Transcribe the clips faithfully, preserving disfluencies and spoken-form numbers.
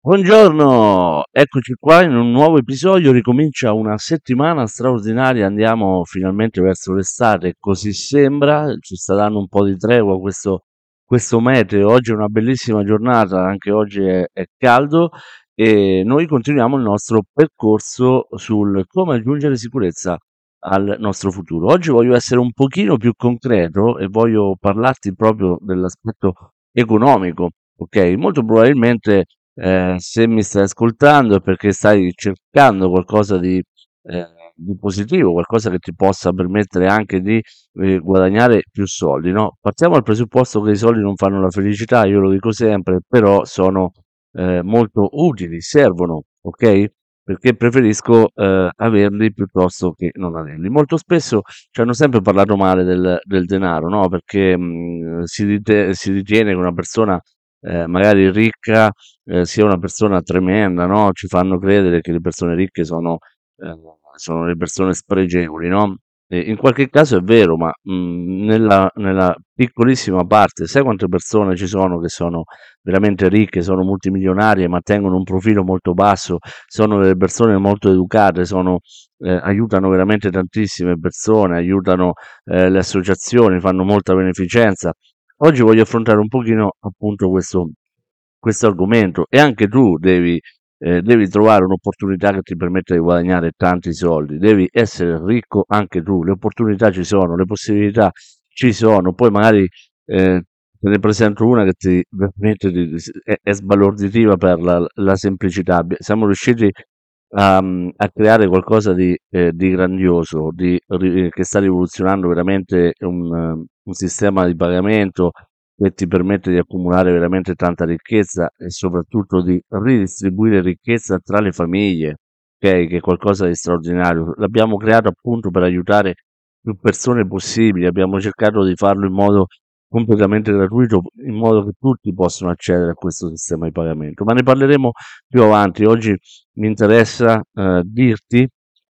Buongiorno, eccoci qua in un nuovo episodio, ricomincia una settimana straordinaria, andiamo finalmente verso l'estate, così sembra, ci sta dando un po' di tregua questo, questo meteo, oggi è una bellissima giornata, anche oggi è, è caldo e noi continuiamo il nostro percorso sul come aggiungere sicurezza al nostro futuro. Oggi voglio essere un pochino più concreto e voglio parlarti proprio dell'aspetto economico, ok? Molto probabilmente eh, se mi stai ascoltando è perché stai cercando qualcosa di, eh, di positivo, qualcosa che ti possa permettere anche di eh, guadagnare più soldi, no? Partiamo dal presupposto che i soldi non fanno la felicità, io lo dico sempre, però sono eh, molto utili, servono, ok? Perché preferisco eh, averli piuttosto che non averli. Molto spesso ci hanno sempre parlato male del, del denaro, no? Perché mh, si, rite- si ritiene che una persona eh, magari ricca eh, sia una persona tremenda, no? Ci fanno credere che le persone ricche sono, eh, sono le persone spregevoli, no? E in qualche caso è vero, ma mh, nella, nella piccolissima parte, sai quante persone ci sono che sono veramente ricche, sono multimilionarie, ma tengono un profilo molto basso, sono delle persone molto educate, sono, eh, aiutano veramente tantissime persone, aiutano eh, le associazioni, fanno molta beneficenza. Oggi voglio affrontare un pochino appunto questo, questo argomento e anche tu devi, eh, devi trovare un'opportunità che ti permetta di guadagnare tanti soldi, devi essere ricco anche tu, le opportunità ci sono, le possibilità ci sono, poi magari eh, te ne presento una che ti veramente ti- è, è sbalorditiva per la, la semplicità. Abbi- Siamo riusciti a, a creare qualcosa di, eh, di grandioso, di, ri- che sta rivoluzionando veramente un, eh, un sistema di pagamento che ti permette di accumulare veramente tanta ricchezza e soprattutto di ridistribuire ricchezza tra le famiglie, ok? Che è qualcosa di straordinario. L'abbiamo creato appunto per aiutare più persone possibili, abbiamo cercato di farlo in modo completamente gratuito, in modo che tutti possano accedere a questo sistema di pagamento. Ma ne parleremo più avanti. Oggi mi interessa eh, dirti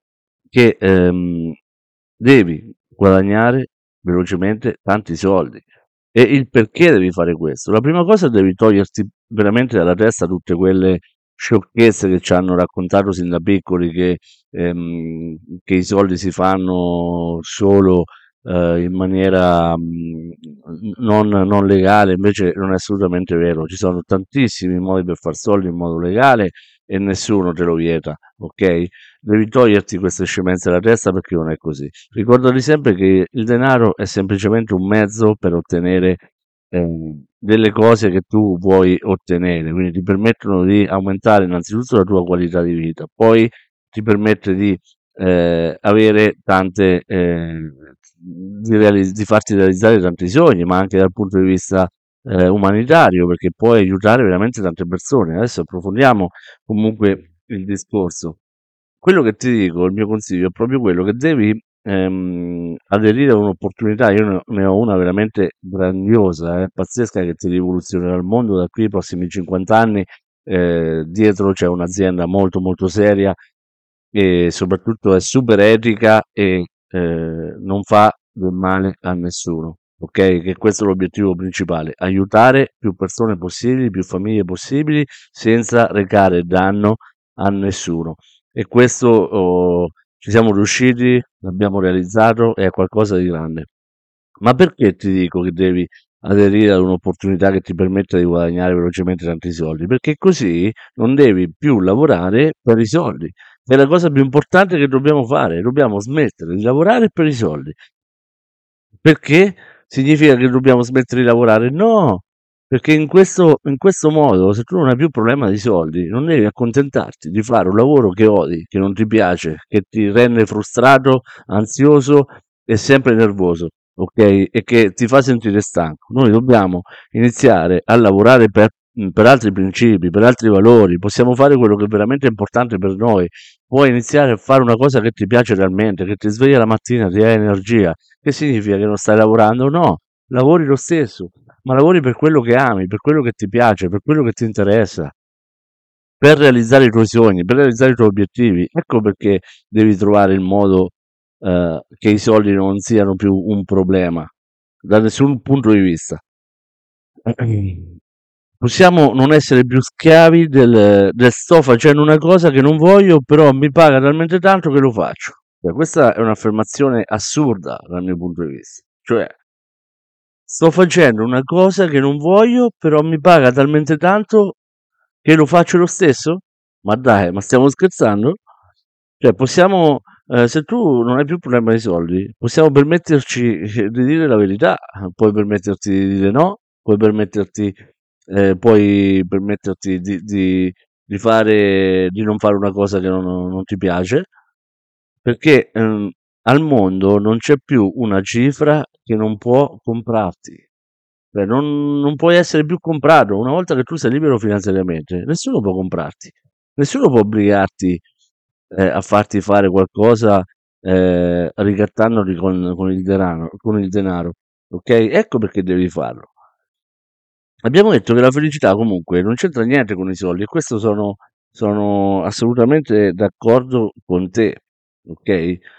che ehm, devi guadagnare velocemente tanti soldi. E il perché devi fare questo? La prima cosa devi toglierti veramente dalla testa tutte quelle sciocchezze che ci hanno raccontato sin da piccoli che, ehm, che i soldi si fanno solo eh, in maniera mh, non, non legale, invece non è assolutamente vero. Ci sono tantissimi modi per far soldi in modo legale e nessuno te lo vieta, ok? Devi toglierti queste scemenze dalla testa perché non è così. Ricordati sempre che il denaro è semplicemente un mezzo per ottenere eh, delle cose che tu vuoi ottenere, quindi ti permettono di aumentare innanzitutto la tua qualità di vita, poi ti permette di eh, avere tante, eh, di, reali- di farti realizzare tanti sogni, ma anche dal punto di vista eh, umanitario, perché puoi aiutare veramente tante persone. Adesso approfondiamo comunque il discorso. Quello che ti dico, il mio consiglio è proprio quello che devi ehm, aderire a un'opportunità. Io ne ne ho una veramente grandiosa, eh, pazzesca, che ti rivoluzionerà il mondo da qui ai prossimi cinquanta anni. Eh, dietro c'è un'azienda molto molto seria e soprattutto è super etica e eh, non fa del male a nessuno. Ok? Che questo è l'obiettivo principale, aiutare più persone possibili, più famiglie possibili, senza recare danno a nessuno. E questo oh, ci siamo riusciti, l'abbiamo realizzato, è qualcosa di grande. Ma perché ti dico che devi aderire ad un'opportunità che ti permetta di guadagnare velocemente tanti soldi? Perché così non devi più lavorare per i soldi. È la cosa più importante che dobbiamo fare, dobbiamo smettere di lavorare per i soldi. Perché significa che dobbiamo smettere di lavorare? No, perché in questo, in questo modo, se tu non hai più problema di soldi, non devi accontentarti di fare un lavoro che odi, che non ti piace, che ti rende frustrato, ansioso e sempre nervoso, ok? E che ti fa sentire stanco. Noi dobbiamo iniziare a lavorare per, per altri principi, per altri valori, possiamo fare quello che è veramente importante per noi. Puoi iniziare a fare una cosa che ti piace realmente, che ti sveglia la mattina, ti dà energia. Che significa che non stai lavorando? No, lavori lo stesso, ma lavori per quello che ami, per quello che ti piace, per quello che ti interessa, per realizzare i tuoi sogni, per realizzare i tuoi obiettivi. Ecco perché devi trovare il modo eh, che i soldi non siano più un problema, da nessun punto di vista. possiamo non essere più schiavi del, del sto facendo una cosa che non voglio, però mi paga talmente tanto che lo faccio. Cioè, questa è un'affermazione assurda dal mio punto di vista. Cioè, sto facendo una cosa che non voglio, però mi paga talmente tanto che lo faccio lo stesso? Ma dai, ma stiamo scherzando? Cioè, possiamo, eh, se tu non hai più problema di soldi, possiamo permetterci eh, di dire la verità, puoi permetterti di dire no, puoi permetterti, eh, puoi permetterti di, di- di fare, di non fare una cosa che non, non ti piace, perché ehm, al mondo non c'è più una cifra che non può comprarti. Cioè, non, non puoi essere più comprato. Una volta che tu sei libero finanziariamente, nessuno può comprarti, nessuno può obbligarti eh, a farti fare qualcosa eh, ricattandoti con, con il denaro, con il denaro. Ok? Ecco perché devi farlo. Abbiamo detto che la felicità comunque non c'entra niente con i soldi e questo sono, sono assolutamente d'accordo con te, ok?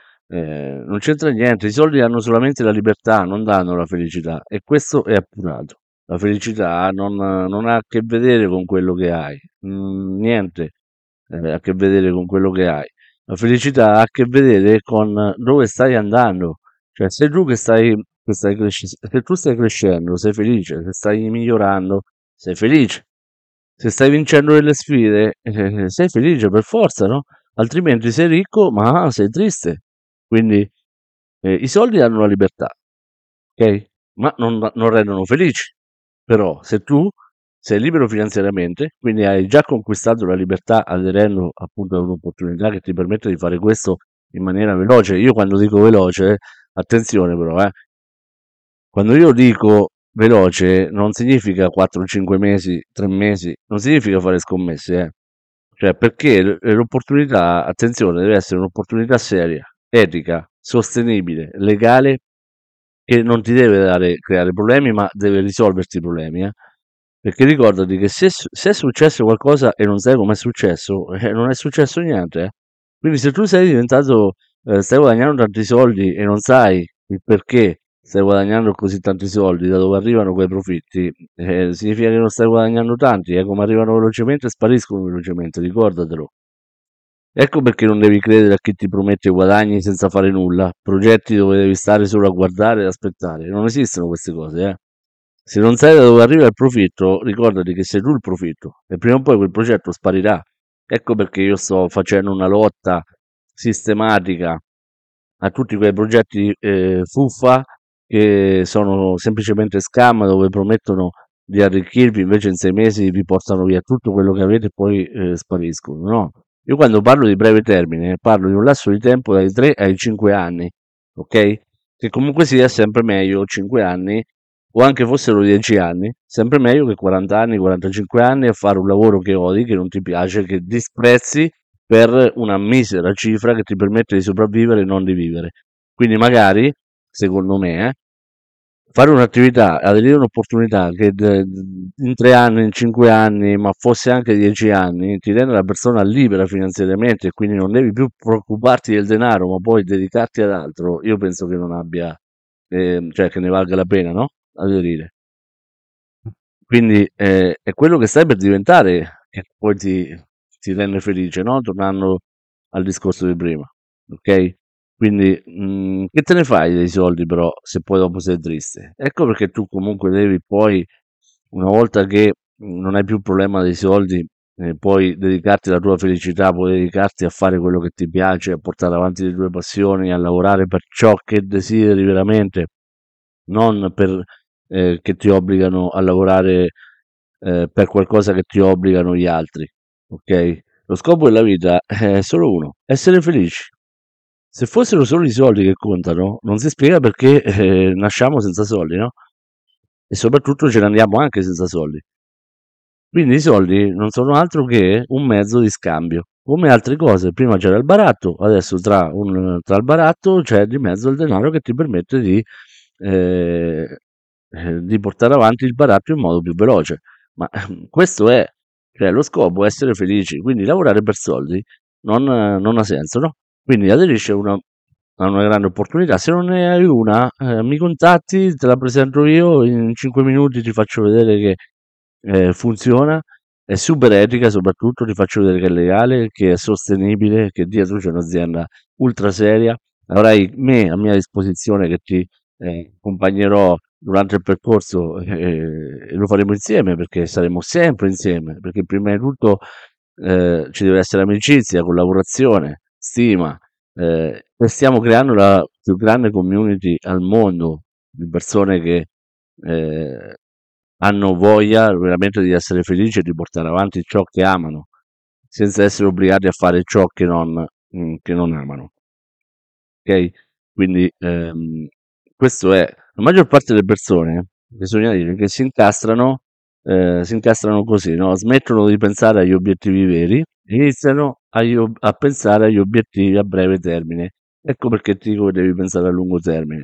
Eh, non c'entra niente, i soldi danno solamente la libertà, non danno la felicità e questo è appurato. La felicità non, non ha a che vedere con quello che hai, mm, niente eh, a che vedere con quello che hai. La felicità ha a che vedere con dove stai andando. Cioè, se tu che stai, che stai cresce- se tu stai crescendo, sei felice, se stai migliorando, sei felice. Se stai vincendo delle sfide, eh, sei felice per forza, no? Altrimenti sei ricco, ma sei triste. Quindi eh, i soldi danno la libertà, ok? Ma non, non rendono felici. Però se tu sei libero finanziariamente, quindi hai già conquistato la libertà aderendo appunto a un'opportunità che ti permette di fare questo in maniera veloce. Io quando dico veloce, attenzione però, eh, quando io dico veloce non significa quattro cinque mesi, tre mesi, non significa fare scommesse, eh. Cioè, perché l- l'opportunità, attenzione, deve essere un'opportunità seria, etica, sostenibile, legale, che non ti deve dare, creare problemi, ma deve risolverti i problemi, eh. Perché ricordati che se, se è successo qualcosa e non sai com'è successo, eh, non è successo niente, eh. Quindi se tu sei diventato, eh, stai guadagnando tanti soldi e non sai il perché stai guadagnando così tanti soldi, da dove arrivano quei profitti, eh, significa che non stai guadagnando tanti, eh, come arrivano velocemente spariscono velocemente, ricordatelo. Ecco perché non devi credere a chi ti promette guadagni senza fare nulla, progetti dove devi stare solo a guardare ed aspettare. Non esistono queste cose, eh. Se non sai da dove arriva il profitto, ricordati che sei tu il profitto e prima o poi quel progetto sparirà. Ecco perché io sto facendo una lotta sistematica a tutti quei progetti eh, fuffa che sono semplicemente scam dove promettono di arricchirvi, invece in sei mesi vi portano via tutto quello che avete e poi eh, spariscono. No, io quando parlo di breve termine parlo di un lasso di tempo dai tre ai cinque anni, ok? Che comunque sia sempre meglio cinque anni o anche fossero dieci anni, sempre meglio che quaranta anni, quarantacinque anni a fare un lavoro che odi, che non ti piace, che disprezzi per una misera cifra che ti permette di sopravvivere e non di vivere. Quindi magari, secondo me, eh, fare un'attività, avere un'opportunità che de- in tre anni, in cinque anni, ma fosse anche dieci anni, ti rende la persona libera finanziariamente e quindi non devi più preoccuparti del denaro, ma puoi dedicarti ad altro, io penso che non abbia, ehm, cioè che ne valga la pena, no? Aderire. Quindi eh, è quello che stai per diventare che poi ti, ti rende felice, no? Tornando al discorso di prima, ok? Quindi mh, che te ne fai dei soldi però se poi dopo sei triste? Ecco perché tu comunque devi poi, una volta che mh, non hai più il problema dei soldi, eh, puoi dedicarti alla tua felicità, puoi dedicarti a fare quello che ti piace, a portare avanti le tue passioni, a lavorare per ciò che desideri veramente, non per eh, che ti obbligano a lavorare eh, per qualcosa che ti obbligano gli altri, ok? Lo scopo della vita è solo uno, essere felici. Se fossero solo i soldi che contano, non si spiega perché eh, nasciamo senza soldi, no? E soprattutto ce ne andiamo anche senza soldi. Quindi i soldi non sono altro che un mezzo di scambio. Come altre cose, prima c'era il baratto, adesso tra, un- tra il baratto c'è di mezzo il denaro che ti permette di, eh, eh, di portare avanti il baratto in modo più veloce. Ma questo è, cioè lo scopo è essere felici, quindi lavorare per soldi non, non ha senso, no? Quindi aderisci a una, a una grande opportunità. Se non ne hai una, eh, mi contatti, te la presento io, in cinque minuti ti faccio vedere che eh, funziona, è super etica, soprattutto ti faccio vedere che è legale, che è sostenibile, che dietro c'è un'azienda ultra seria. Avrai me a mia disposizione che ti eh, accompagnerò durante il percorso eh, e lo faremo insieme perché saremo sempre insieme, perché prima di tutto eh, ci deve essere amicizia, collaborazione, stima, eh, e stiamo creando la più grande community al mondo di persone che eh, hanno voglia veramente di essere felici e di portare avanti ciò che amano, senza essere obbligati a fare ciò che non, mm, che non amano. Ok? Quindi ehm, questo è la maggior parte delle persone, bisogna dire, che si incastrano, eh, si incastrano così, no? Smettono di pensare agli obiettivi veri, iniziano agli ob- a pensare agli obiettivi a breve termine. Ecco perché ti dico che devi pensare a lungo termine.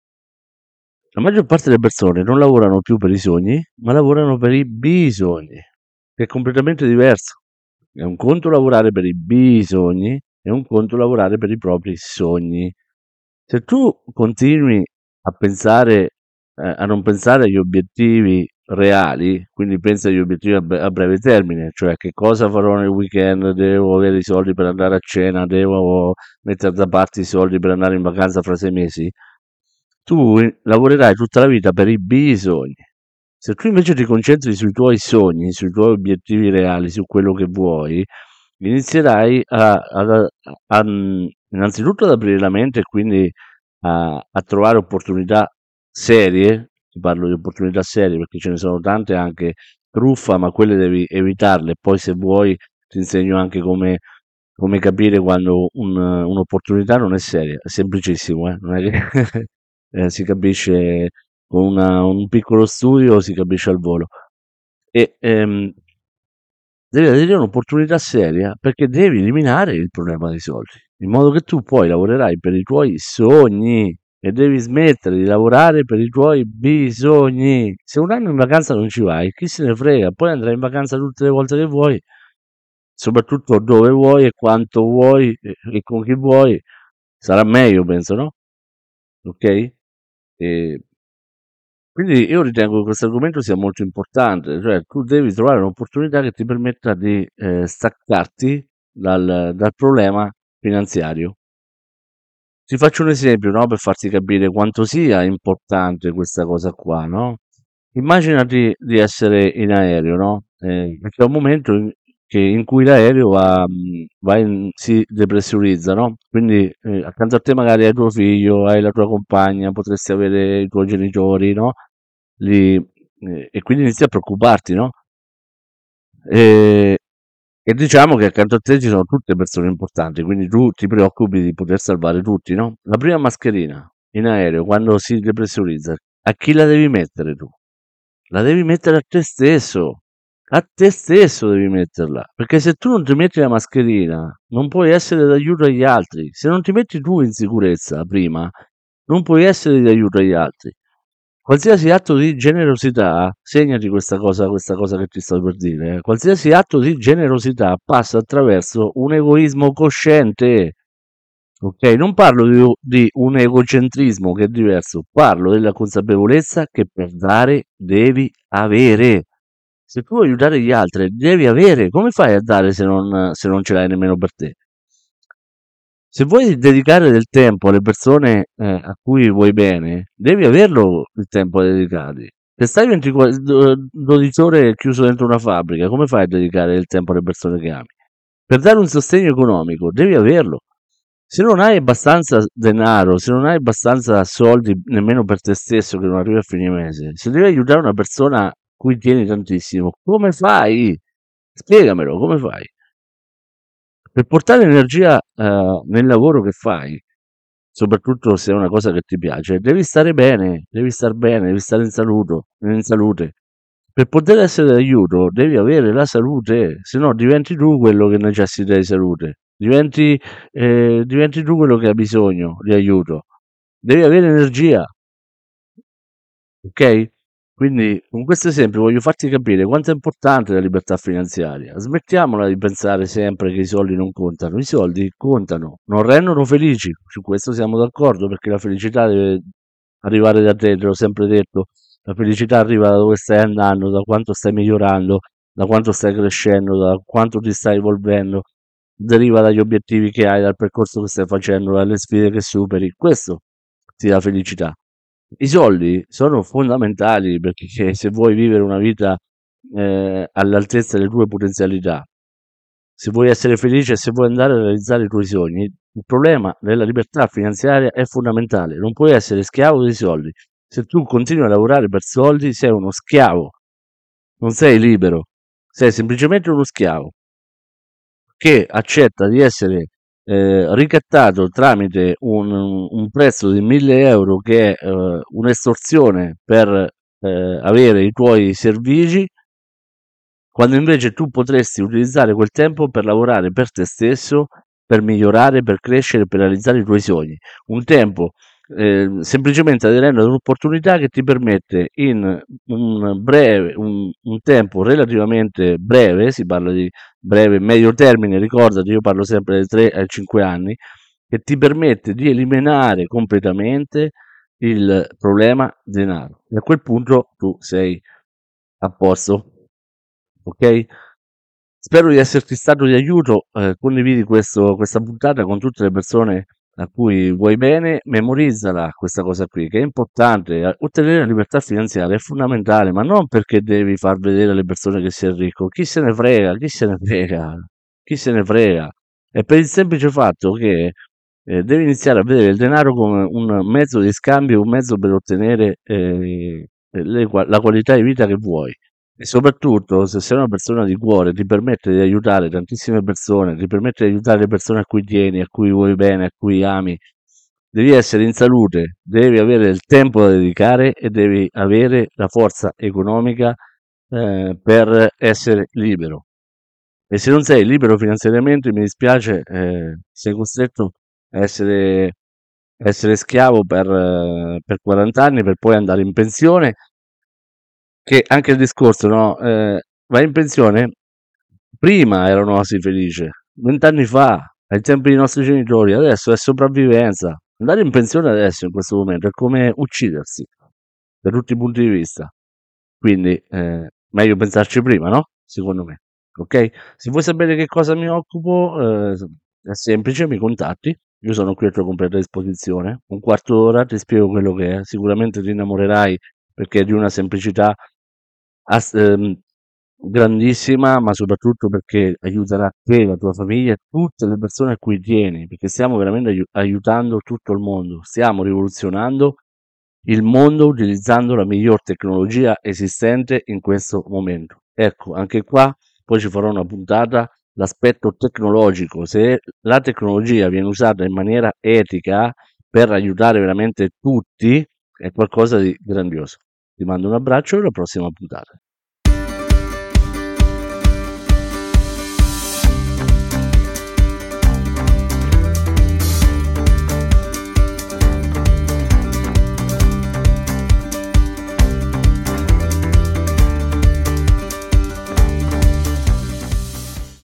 La maggior parte delle persone non lavorano più per i sogni, ma lavorano per i bisogni, che è completamente diverso. È un conto lavorare per i bisogni e un conto lavorare per i propri sogni. Se tu continui a pensare, eh, a non pensare agli obiettivi reali, quindi pensa agli obiettivi a, bre- a breve termine, cioè che cosa farò nel weekend, devo avere i soldi per andare a cena, devo mettere da parte i soldi per andare in vacanza fra sei mesi, tu eh, lavorerai tutta la vita per i bisogni. Se tu invece ti concentri sui tuoi sogni, sui tuoi obiettivi reali, su quello che vuoi, inizierai a, a- a- mm, innanzitutto ad aprire la mente e quindi a, a trovare opportunità serie. Ti parlo di opportunità serie perché ce ne sono tante anche truffa, ma quelle devi evitarle. Poi se vuoi ti insegno anche come, come capire quando un- un'opportunità non è seria. È semplicissimo, eh? Non è che eh, si capisce con una- un piccolo studio, si capisce al volo. E ehm, devi avere un'opportunità seria perché devi eliminare il problema dei soldi, in modo che tu poi lavorerai per i tuoi sogni e devi smettere di lavorare per i tuoi bisogni. Se un anno in vacanza non ci vai, chi se ne frega, poi andrai in vacanza tutte le volte che vuoi, soprattutto dove vuoi e quanto vuoi e, e con chi vuoi. Sarà meglio, penso, no? Ok? E quindi io ritengo che questo argomento sia molto importante, cioè tu devi trovare un'opportunità che ti permetta di eh, staccarti dal, dal problema finanziario. Ti faccio un esempio, no, per farti capire quanto sia importante questa cosa qua, no? Immaginati di essere in aereo, no? Eh, c'è un momento in, che- in cui l'aereo va, mh, va in- si depressurizza, no? Quindi eh, accanto a te magari hai tuo figlio, hai la tua compagna, potresti avere i tuoi genitori, no? Li- eh, e quindi inizi a preoccuparti, no? E, e diciamo che accanto a te ci sono tutte persone importanti, quindi tu ti preoccupi di poter salvare tutti, no? La prima mascherina in aereo, quando si depressurizza, a chi la devi mettere tu? La devi mettere a te stesso. A te stesso devi metterla. Perché se tu non ti metti la mascherina, non puoi essere d'aiuto agli altri. Se non ti metti tu in sicurezza prima, non puoi essere di aiuto agli altri. Qualsiasi atto di generosità, segnati questa cosa, questa cosa che ti sto per dire, eh, qualsiasi atto di generosità passa attraverso un egoismo cosciente. Ok? Non parlo di, di un egocentrismo che è diverso, parlo della consapevolezza che per dare devi avere. Se tu vuoi aiutare gli altri, devi avere. Come fai a dare se non, se non ce l'hai nemmeno per te? Se vuoi dedicare del tempo alle persone eh, a cui vuoi bene, devi averlo il tempo da dedicargli. Se stai ventiquattro, do- dodici ore chiuso dentro una fabbrica, come fai a dedicare il tempo alle persone che ami? Per dare un sostegno economico, devi averlo. Se non hai abbastanza denaro, se non hai abbastanza soldi nemmeno per te stesso che non arrivi a fine mese, se devi aiutare una persona a cui tieni tantissimo, come fai? Spiegamelo, come fai? Per portare energia eh, nel lavoro che fai, soprattutto se è una cosa che ti piace, devi stare bene, devi star bene, devi stare in salute, in salute. Per poter essere d'aiuto devi avere la salute, se no diventi tu quello che necessita di salute, diventi, eh, diventi tu quello che ha bisogno di aiuto. Devi avere energia, ok? Quindi con questo esempio voglio farti capire quanto è importante la libertà finanziaria. Smettiamola di pensare sempre che i soldi non contano. I soldi contano, non rendono felici, su questo siamo d'accordo perché la felicità deve arrivare da te, te l'ho sempre detto. La felicità arriva da dove stai andando, da quanto stai migliorando, da quanto stai crescendo, da quanto ti stai evolvendo, deriva dagli obiettivi che hai, dal percorso che stai facendo, dalle sfide che superi. Questo ti dà felicità. I soldi sono fondamentali perché se vuoi vivere una vita eh, all'altezza delle tue potenzialità, se vuoi essere felice, se vuoi andare a realizzare i tuoi sogni, il problema della libertà finanziaria è fondamentale. Non puoi essere schiavo dei soldi. Se tu continui a lavorare per soldi, sei uno schiavo, non sei libero, sei semplicemente uno schiavo che accetta di essere eh, ricattato tramite un, un prezzo di mille euro che è eh, un'estorsione per eh, avere i tuoi servigi, quando invece tu potresti utilizzare quel tempo per lavorare per te stesso, per migliorare, per crescere, per realizzare i tuoi sogni. Un tempo eh, semplicemente aderendo ad un'opportunità che ti permette in un breve, un, un tempo relativamente breve, si parla di breve, medio termine, ricordati, io parlo sempre dai tre ai cinque anni, che ti permette di eliminare completamente il problema denaro. E a quel punto tu sei a posto. Ok? Spero di esserti stato di aiuto. Eh, condividi questo, questa puntata con tutte le persone a cui vuoi bene. Memorizzala questa cosa qui, che è importante. Eh, Ottenere la libertà finanziaria è fondamentale, ma non perché devi far vedere alle persone che sei ricco. Chi se ne frega? Chi se ne frega? Chi se ne frega? È per il semplice fatto che eh, devi iniziare a vedere il denaro come un mezzo di scambio, un mezzo per ottenere eh, le qua- la qualità di vita che vuoi. E soprattutto, se sei una persona di cuore, ti permette di aiutare tantissime persone, ti permette di aiutare le persone a cui tieni, a cui vuoi bene, a cui ami. Devi essere in salute, devi avere il tempo da dedicare e devi avere la forza economica eh, per essere libero. E se non sei libero finanziariamente, mi dispiace, eh, sei costretto a essere, a essere schiavo per, eh, per quaranta anni per poi andare in pensione, che anche il discorso, no? Eh, vai in pensione, prima era un'oasi felice, vent'anni fa, ai tempi dei nostri genitori, adesso è sopravvivenza. Andare in pensione adesso, in questo momento, è come uccidersi, da tutti i punti di vista. Quindi, eh, meglio pensarci prima, no? Secondo me. Ok? Se vuoi sapere che cosa mi occupo, eh, è semplice, mi contatti. Io sono qui a tua completa disposizione. Un quarto d'ora ti spiego quello che è. Sicuramente ti innamorerai perché è di una semplicità ass- ehm, grandissima, ma soprattutto perché aiuterà te, la tua famiglia e tutte le persone a cui tieni, perché stiamo veramente aiu- aiutando tutto il mondo, stiamo rivoluzionando il mondo utilizzando la miglior tecnologia esistente in questo momento. Ecco, anche qua poi ci farò una puntata, l'aspetto tecnologico, se la tecnologia viene usata in maniera etica per aiutare veramente tutti, è qualcosa di grandioso. Ti mando un abbraccio e alla prossima puntata.